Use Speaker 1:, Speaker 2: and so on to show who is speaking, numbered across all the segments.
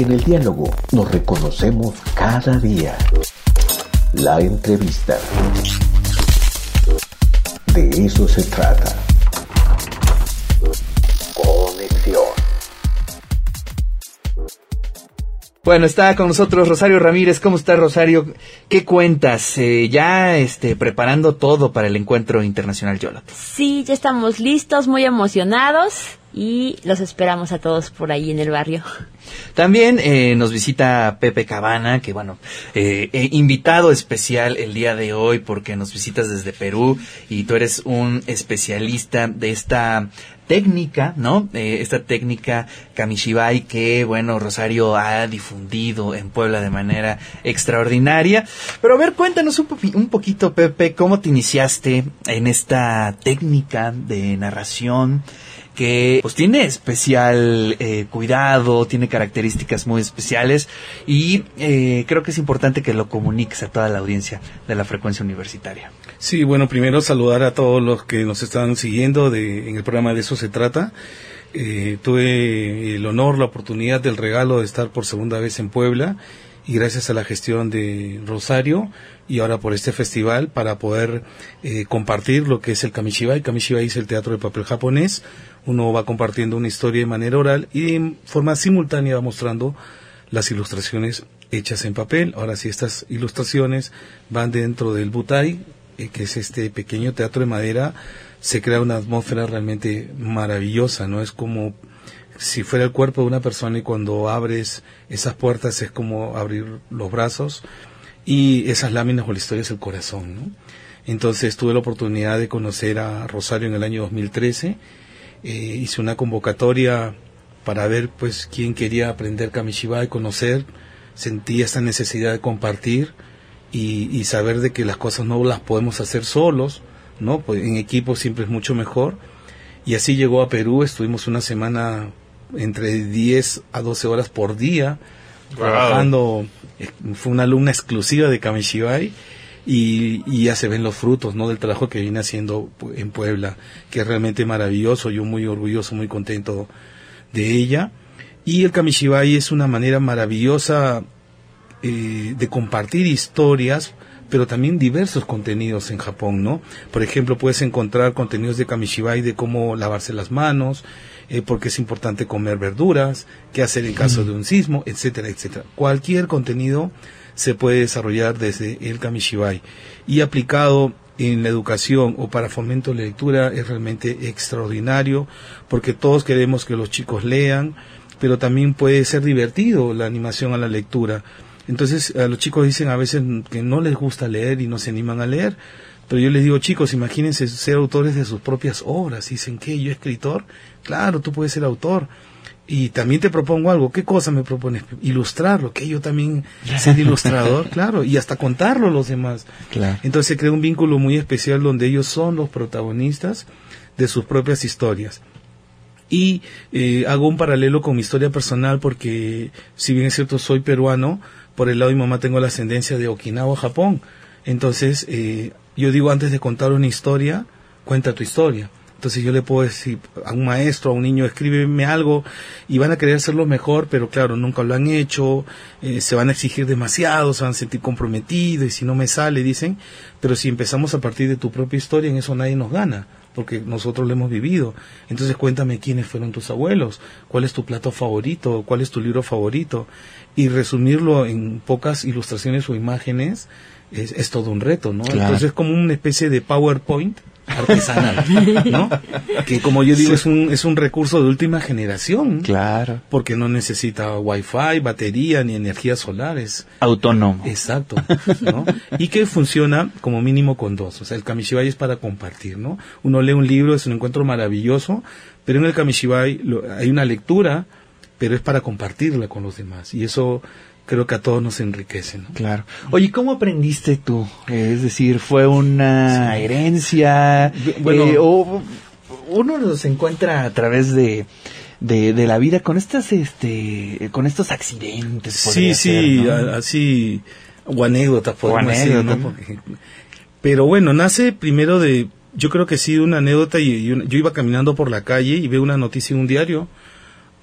Speaker 1: En el diálogo nos reconocemos cada día. La entrevista. De eso se trata. Conexión.
Speaker 2: Bueno, está con nosotros Rosario Ramírez. ¿Cómo estás, Rosario? ¿Qué cuentas? Ya preparando todo para el Encuentro Internacional Yólotl.
Speaker 3: Sí, ya estamos listos, muy emocionados y los esperamos a todos por ahí en el barrio.
Speaker 2: También nos visita Pepe Cabana, que invitado especial el día de hoy porque nos visitas desde Perú y tú eres un especialista de esta técnica, ¿no? Esta técnica Kamishibai que, Rosario ha difundido en Puebla de manera extraordinaria. Pero a ver, cuéntanos un poquito, Pepe, ¿cómo te iniciaste en esta técnica de narración que pues tiene especial cuidado, tiene características muy especiales y creo que es importante que lo comuniques a toda la audiencia de la frecuencia universitaria?
Speaker 4: Sí, bueno, primero saludar a todos los que nos están siguiendo en el programa De Eso Se Trata. Tuve el honor, la oportunidad del regalo de estar por segunda vez en Puebla y gracias a la gestión de Rosario y ahora por este festival para poder compartir lo que es el Kamishibai. Kamishibai es el teatro de papel japonés. Uno va compartiendo una historia de manera oral y en forma simultánea va mostrando las ilustraciones hechas en papel. Ahora sí, estas ilustraciones van dentro del butai, que es este pequeño teatro de madera. Se crea una atmósfera realmente maravillosa, ¿no? Es como si fuera el cuerpo de una persona y cuando abres esas puertas es como abrir los brazos y esas láminas o la historia es el corazón, ¿no? Entonces tuve la oportunidad de conocer a Rosario en el año 2013. Hice una convocatoria para ver pues quién quería aprender Kamishibai, conocer, sentí esta necesidad de compartir y saber de que las cosas no las podemos hacer solos, ¿no? Pues en equipo siempre es mucho mejor. Y así llegó a Perú, estuvimos una semana entre 10 a 12 horas por día, trabajando. Fue una alumna exclusiva de Kamishibai y ya se ven los frutos, ¿no? Del trabajo que vine haciendo en Puebla, que es realmente maravilloso. Yo muy orgulloso, muy contento de ella. Y el Kamishibai es una manera maravillosa de compartir historias, pero también diversos contenidos en Japón, ¿no? Por ejemplo, puedes encontrar contenidos de Kamishibai de cómo lavarse las manos, porque es importante comer verduras, qué hacer en caso de un sismo, etcétera, etcétera. Cualquier contenido se puede desarrollar desde el Kamishibai y aplicado en la educación o para fomento de la lectura es realmente extraordinario, porque todos queremos que los chicos lean, pero también puede ser divertido la animación a la lectura. Entonces a los chicos dicen a veces que no les gusta leer y no se animan a leer, pero yo les digo, chicos, imagínense ser autores de sus propias obras. Dicen, ¿qué? ¿Yo escritor? Claro, tú puedes ser autor. Y también te propongo algo. ¿Qué cosa me propones? Ilustrarlo, que yo también ser ilustrador, claro, y hasta contarlo a los demás.
Speaker 2: Claro.
Speaker 4: Entonces se crea un vínculo muy especial donde ellos son los protagonistas de sus propias historias. Y hago un paralelo con mi historia personal porque, si bien es cierto, soy peruano, por el lado de mi mamá tengo la ascendencia de Okinawa, Japón. Entonces, yo digo, antes de contar una historia, cuenta tu historia. Entonces yo le puedo decir a un maestro, a un niño, escríbeme algo y van a querer hacerlo mejor, pero claro, nunca lo han hecho, se van a exigir demasiado, se van a sentir comprometidos y si no me sale, dicen, pero si empezamos a partir de tu propia historia, en eso nadie nos gana, porque nosotros lo hemos vivido. Entonces cuéntame quiénes fueron tus abuelos, cuál es tu plato favorito, cuál es tu libro favorito, y resumirlo en pocas ilustraciones o imágenes es todo un reto, ¿no?
Speaker 2: Claro.
Speaker 4: Entonces es como una especie de PowerPoint artesanal, ¿no? Que como yo digo, sí, es un recurso de última generación.
Speaker 2: Claro.
Speaker 4: Porque no necesita wifi, batería, ni energía solar, es
Speaker 2: autónomo.
Speaker 4: Exacto, ¿no? Y que funciona como mínimo con dos. O sea, el Kamishibai es para compartir, ¿no? Uno lee un libro, es un encuentro maravilloso, pero en el Kamishibai hay una lectura, pero es para compartirla con los demás. Y eso creo que a todos nos enriquece, ¿no?
Speaker 2: Claro. Oye, ¿cómo aprendiste tú? Es decir, ¿fue una herencia?
Speaker 4: Bueno,
Speaker 2: o uno los encuentra a través de la vida con estas con estos accidentes.
Speaker 4: Sí, sí, ¿no? Así, o anécdotas, podemos decir, ¿no? Porque, pero bueno, nace primero yo creo que sí, una anécdota, yo iba caminando por la calle y veo una noticia en un diario.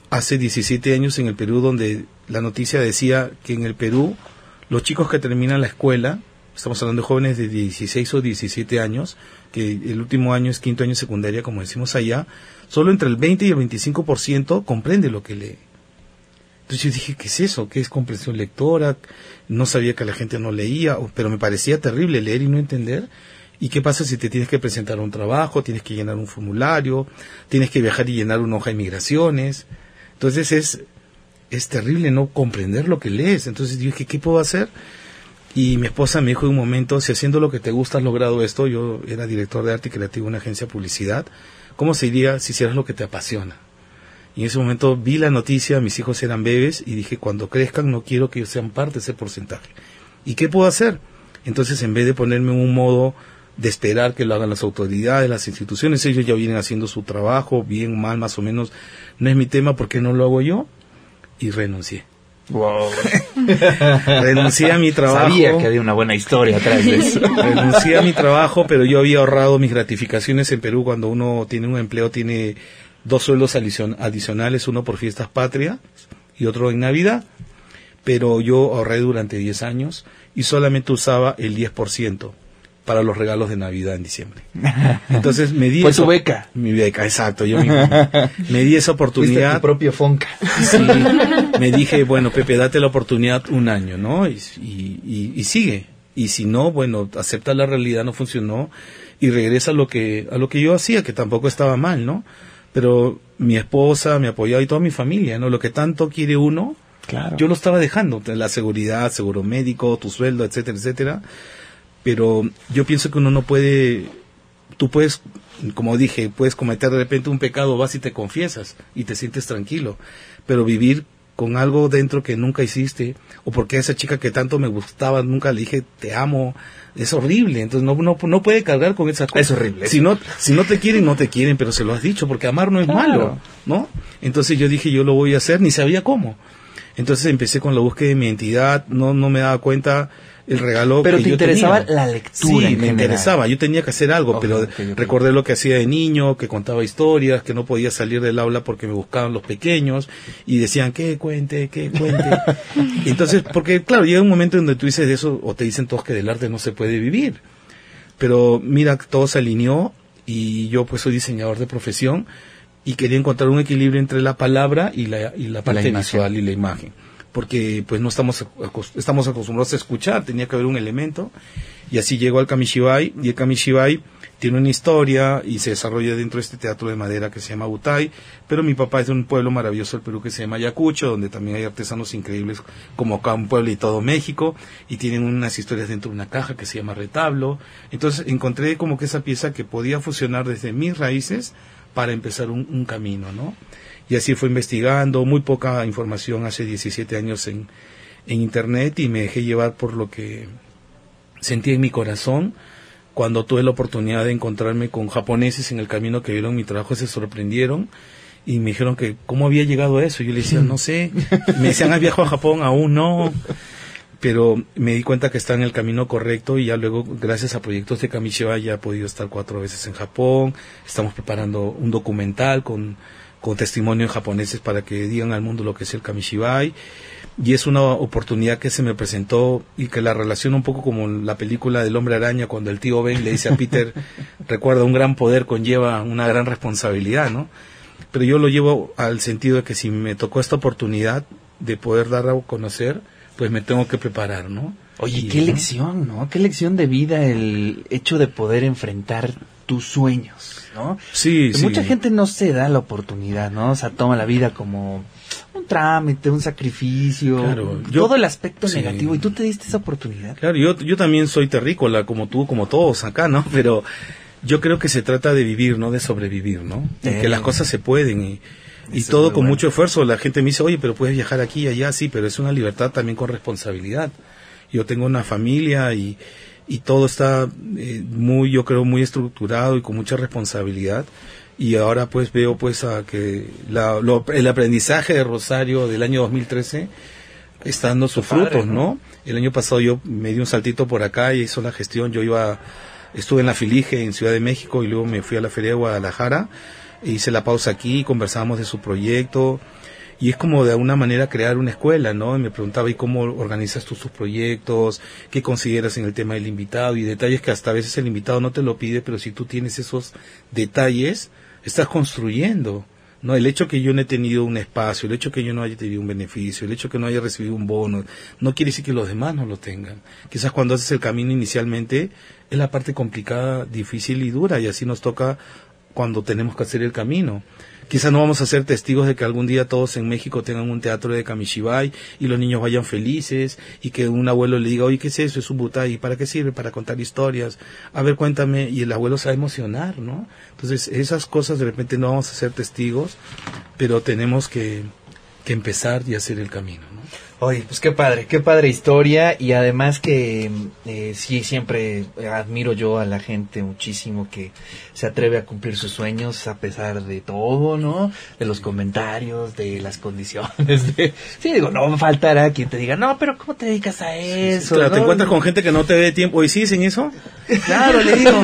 Speaker 4: hace 17 años en el Perú, donde la noticia decía que en el Perú los chicos que terminan la escuela, estamos hablando de jóvenes de 16 o 17 años, que el último año es quinto año de secundaria, como decimos allá, solo entre el 20 y el 25% comprende lo que lee. Entonces yo dije, ¿qué es eso? ¿Qué es comprensión lectora? No sabía que la gente no leía, pero me parecía terrible leer y no entender. ¿Y qué pasa si te tienes que presentar a un trabajo, tienes que llenar un formulario, tienes que viajar y llenar una hoja de migraciones? Entonces es terrible no comprender lo que lees. Entonces dije, ¿qué puedo hacer? Y mi esposa me dijo en un momento, si haciendo lo que te gusta has logrado esto, yo era director de arte creativo en una agencia de publicidad, ¿cómo sería si hicieras lo que te apasiona? Y en ese momento vi la noticia, mis hijos eran bebés, y dije, cuando crezcan no quiero que ellos sean parte de ese porcentaje. ¿Y qué puedo hacer? Entonces, en vez de ponerme en un modo de esperar que lo hagan las autoridades, las instituciones, ellos ya vienen haciendo su trabajo, bien, mal, más o menos, no es mi tema, ¿por qué no lo hago yo? Y renuncié.
Speaker 2: Wow.
Speaker 4: Renuncié a mi trabajo.
Speaker 2: Sabía que había una buena historia atrás de eso.
Speaker 4: Renuncié a mi trabajo, pero yo había ahorrado mis gratificaciones en Perú. Cuando uno tiene un empleo, tiene 2 sueldos adicionales, uno por fiestas patrias y otro en Navidad. Pero yo ahorré durante 10 años y solamente usaba el 10% para los regalos de Navidad en diciembre. Entonces me di...
Speaker 2: Fue su beca.
Speaker 4: Mi beca, exacto. Yo me di esa oportunidad.
Speaker 2: Tu propio Fonca.
Speaker 4: Sí, me dije, bueno, Pepe, date la oportunidad un año, ¿no? Y sigue. Y si no, bueno, acepta la realidad, no funcionó, y regresa a lo que yo hacía, que tampoco estaba mal, ¿no? Pero mi esposa me apoyaba y toda mi familia, ¿no? Lo que tanto quiere uno,
Speaker 2: claro,
Speaker 4: yo lo estaba dejando. La seguridad, seguro médico, tu sueldo, etcétera, etcétera. Pero yo pienso que uno no puede, tú puedes, como dije, puedes cometer de repente un pecado, vas y te confiesas y te sientes tranquilo, pero vivir con algo dentro que nunca hiciste, o porque a esa chica que tanto me gustaba, nunca le dije te amo, es horrible. Entonces no puede cargar con esas cosas.
Speaker 2: Es horrible.
Speaker 4: Si no te quieren, no te quieren, pero se lo has dicho, porque amar no es malo, ¿no? Entonces yo dije, yo lo voy a hacer, ni sabía cómo. Entonces empecé con la búsqueda de mi identidad, no me daba cuenta el regalo.
Speaker 2: Pero
Speaker 4: que
Speaker 2: te
Speaker 4: yo
Speaker 2: interesaba
Speaker 4: tenía.
Speaker 2: la lectura.
Speaker 4: Sí, me interesaba, yo tenía que hacer algo, pero recordé lo que hacía de niño, que contaba historias, que no podía salir del aula porque me buscaban los pequeños y decían que cuente. Entonces, porque claro, llega un momento en donde tú dices de eso, o te dicen todos que del arte no se puede vivir, pero mira, todo se alineó y yo pues soy diseñador de profesión y quería encontrar un equilibrio entre la palabra y la parte visual y la imagen, porque pues no estamos acostumbrados a escuchar, tenía que haber un elemento, y así llegó al Kamishibai, y el Kamishibai tiene una historia y se desarrolla dentro de este teatro de madera que se llama Butay, pero mi papá es de un pueblo maravilloso del Perú que se llama Ayacucho, donde también hay artesanos increíbles como acá un pueblo y todo México, y tienen unas historias dentro de una caja que se llama retablo. Entonces encontré como que esa pieza que podía fusionar desde mis raíces para empezar un camino, ¿no? Y así fue investigando, muy poca información hace 17 años en internet, y me dejé llevar por lo que sentí en mi corazón. Cuando tuve la oportunidad de encontrarme con japoneses en el camino que vieron mi trabajo, se sorprendieron y me dijeron que cómo había llegado a eso. Yo les decía, no sé. Me decían, ¿has viajado a Japón? Aún no. Pero me di cuenta que está en el camino correcto, y ya luego, gracias a proyectos de Kamishibai, ya he podido estar 4 veces en Japón. Estamos preparando un documental con testimonios japoneses para que digan al mundo lo que es el Kamishibai, y es una oportunidad que se me presentó y que la relaciono un poco como la película del Hombre Araña, cuando el tío Ben le dice a Peter, recuerda, un gran poder conlleva una gran responsabilidad, ¿no? Pero yo lo llevo al sentido de que si me tocó esta oportunidad de poder dar a conocer, pues me tengo que preparar, ¿no?
Speaker 2: Oye, qué lección, ¿no? Qué lección de vida el hecho de poder enfrentar tus sueños, ¿no?
Speaker 4: Sí, sí.
Speaker 2: Mucha gente no se da la oportunidad, ¿no? O sea, toma la vida como un trámite, un sacrificio,
Speaker 4: claro,
Speaker 2: todo el aspecto
Speaker 4: sí.
Speaker 2: negativo, y tú te diste esa oportunidad.
Speaker 4: Claro, yo también soy terrícola, como tú, como todos acá, ¿no? Pero yo creo que se trata de vivir, no de sobrevivir, ¿no? Que las cosas se pueden, y todo con mucho esfuerzo. La gente me dice, oye, pero puedes viajar aquí y allá, sí, pero es una libertad también con responsabilidad. Yo tengo una familia y todo está yo creo, muy estructurado y con mucha responsabilidad. Y ahora pues veo pues a que el aprendizaje de Rosario del año 2013 está dando sus frutos, ¿no? El año pasado yo me di un saltito por acá y hice la gestión. Estuve en la Filige en Ciudad de México, y luego me fui a la Feria de Guadalajara, e hice la pausa aquí, conversábamos de su proyecto, y es como de alguna manera crear una escuela, ¿no? Y me preguntaba, ¿y cómo organizas tú tus proyectos? ¿Qué consideras en el tema del invitado? Y detalles que hasta a veces el invitado no te lo pide, pero si tú tienes esos detalles, estás construyendo, ¿no? El hecho que yo no he tenido un espacio, el hecho que yo no haya tenido un beneficio, el hecho que no haya recibido un bono, no quiere decir que los demás no lo tengan. Quizás cuando haces el camino inicialmente, es la parte complicada, difícil y dura, y así nos toca cuando tenemos que hacer el camino. Quizás no vamos a ser testigos de que algún día todos en México tengan un teatro de Kamishibai y los niños vayan felices y que un abuelo le diga, oye, ¿qué es eso? Es un butay, ¿para qué sirve? Para contar historias. A ver, cuéntame. Y el abuelo se va a emocionar, ¿no? Entonces, esas cosas de repente no vamos a ser testigos, pero tenemos que empezar y hacer el camino, ¿no?
Speaker 2: Oye, pues qué padre historia, y además que sí, siempre admiro yo a la gente muchísimo que se atreve a cumplir sus sueños a pesar de todo, ¿no? De los comentarios, de las condiciones, sí, digo, no faltará quien te diga, no, pero ¿cómo te dedicas a eso?
Speaker 4: Sí, claro,
Speaker 2: ¿no?
Speaker 4: te encuentras con gente que no te dé tiempo, ¿y sí dicen eso? Claro, le digo.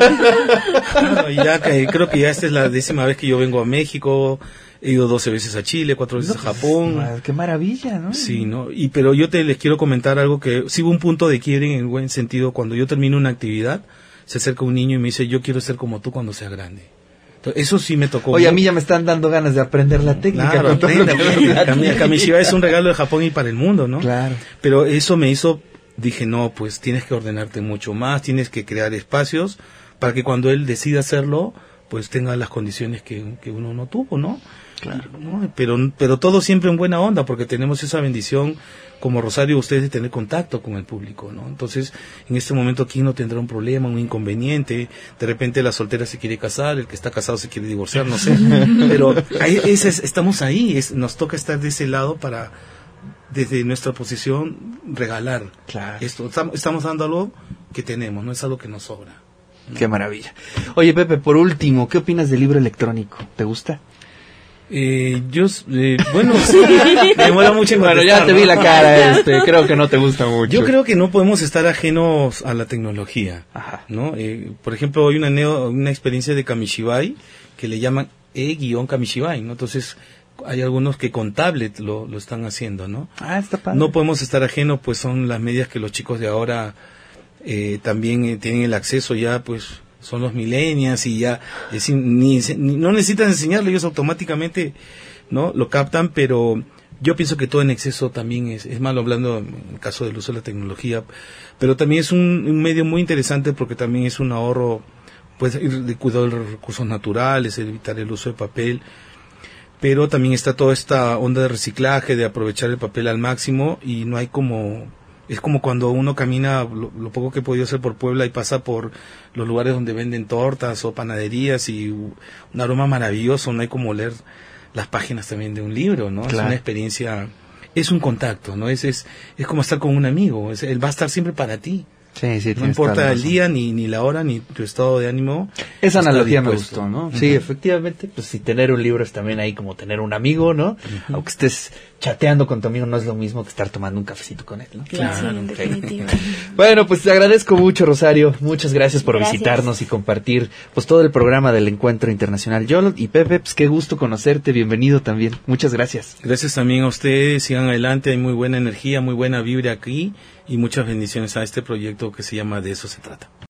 Speaker 4: Claro, y ya creo que ya esta es la 10ª vez que yo vengo a México. He ido 12 veces a Chile, 4 veces a Japón.
Speaker 2: Qué maravilla, ¿no?
Speaker 4: Sí, ¿no? Pero yo les quiero comentar algo que sí hubo un punto de quiebre en el buen sentido. Cuando yo termino una actividad, se acerca un niño y me dice, yo quiero ser como tú cuando sea grande. Entonces, eso sí me tocó.
Speaker 2: Oye, a mí ya me están dando ganas de aprender la técnica.
Speaker 4: Claro, aprende. Kamishibai es un regalo de Japón y para el mundo, ¿no?
Speaker 2: Claro.
Speaker 4: Pero eso me hizo, dije, no, pues tienes que ordenarte mucho más, tienes que crear espacios para que cuando él decida hacerlo, pues tenga las condiciones que uno no tuvo, ¿no? Claro. ¿No? Pero todo siempre en buena onda, porque tenemos esa bendición como Rosario, ustedes, de tener contacto con el público, ¿no? Entonces, en este momento, ¿quién no tendrá un problema, un inconveniente? De repente la soltera se quiere casar, el que está casado se quiere divorciar, no sé. Pero estamos ahí, nos toca estar de ese lado para, desde nuestra posición, regalar. Claro. Esto. Estamos dando algo que tenemos, no es algo que nos sobra, ¿no?
Speaker 2: Qué maravilla. Oye, Pepe, por último, ¿qué opinas del libro electrónico? ¿Te gusta?
Speaker 4: Bueno, sí, me demora mucho en contestar.
Speaker 2: Bueno, ya te vi la cara, creo que no te gusta mucho.
Speaker 4: Yo creo que no podemos estar ajenos a la tecnología. Ajá. ¿No? Por ejemplo, hay una experiencia de Kamishibai que le llaman E-Kamishibai, ¿no? Entonces, hay algunos que con tablet lo están haciendo, ¿no? Ah, está padre. No podemos estar ajenos, pues son las medias que los chicos de ahora también tienen el acceso ya, pues son los millennials y ya no necesitan enseñarlo, ellos automáticamente, ¿no? Lo captan, pero yo pienso que todo en exceso también es malo, hablando en el caso del uso de la tecnología, pero también es un medio muy interesante porque también es un ahorro, pues, de cuidado de los recursos naturales, evitar el uso de papel, pero también está toda esta onda de reciclaje, de aprovechar el papel al máximo, y no hay es como cuando uno camina, lo poco que he podido hacer por Puebla, y pasa por los lugares donde venden tortas o panaderías y un aroma maravilloso, no hay como leer las páginas también de un libro, ¿no? Claro. Es una experiencia, es un contacto, ¿no? Es como estar con un amigo, él va a estar siempre para ti. Sí, no importa el día, ni la hora, ni tu estado de ánimo.
Speaker 2: Esa analogía me gustó, ¿no? Uh-huh. Sí, efectivamente, pues si tener un libro es también ahí como tener un amigo, ¿no? Uh-huh. Aunque estés chateando con tu amigo, no es lo mismo que estar tomando un cafecito con él, ¿no?
Speaker 3: Claro, sí, definitivo.
Speaker 2: Bueno, pues te agradezco mucho, Rosario. Muchas gracias por visitarnos y compartir pues todo el programa del Encuentro Internacional Yolot. Y Pepe, pues qué gusto conocerte, bienvenido también. Muchas gracias.
Speaker 4: Gracias también a ustedes, sigan adelante, hay muy buena energía, muy buena vibra aquí, y muchas bendiciones a este proyecto que se llama De Eso Se Trata.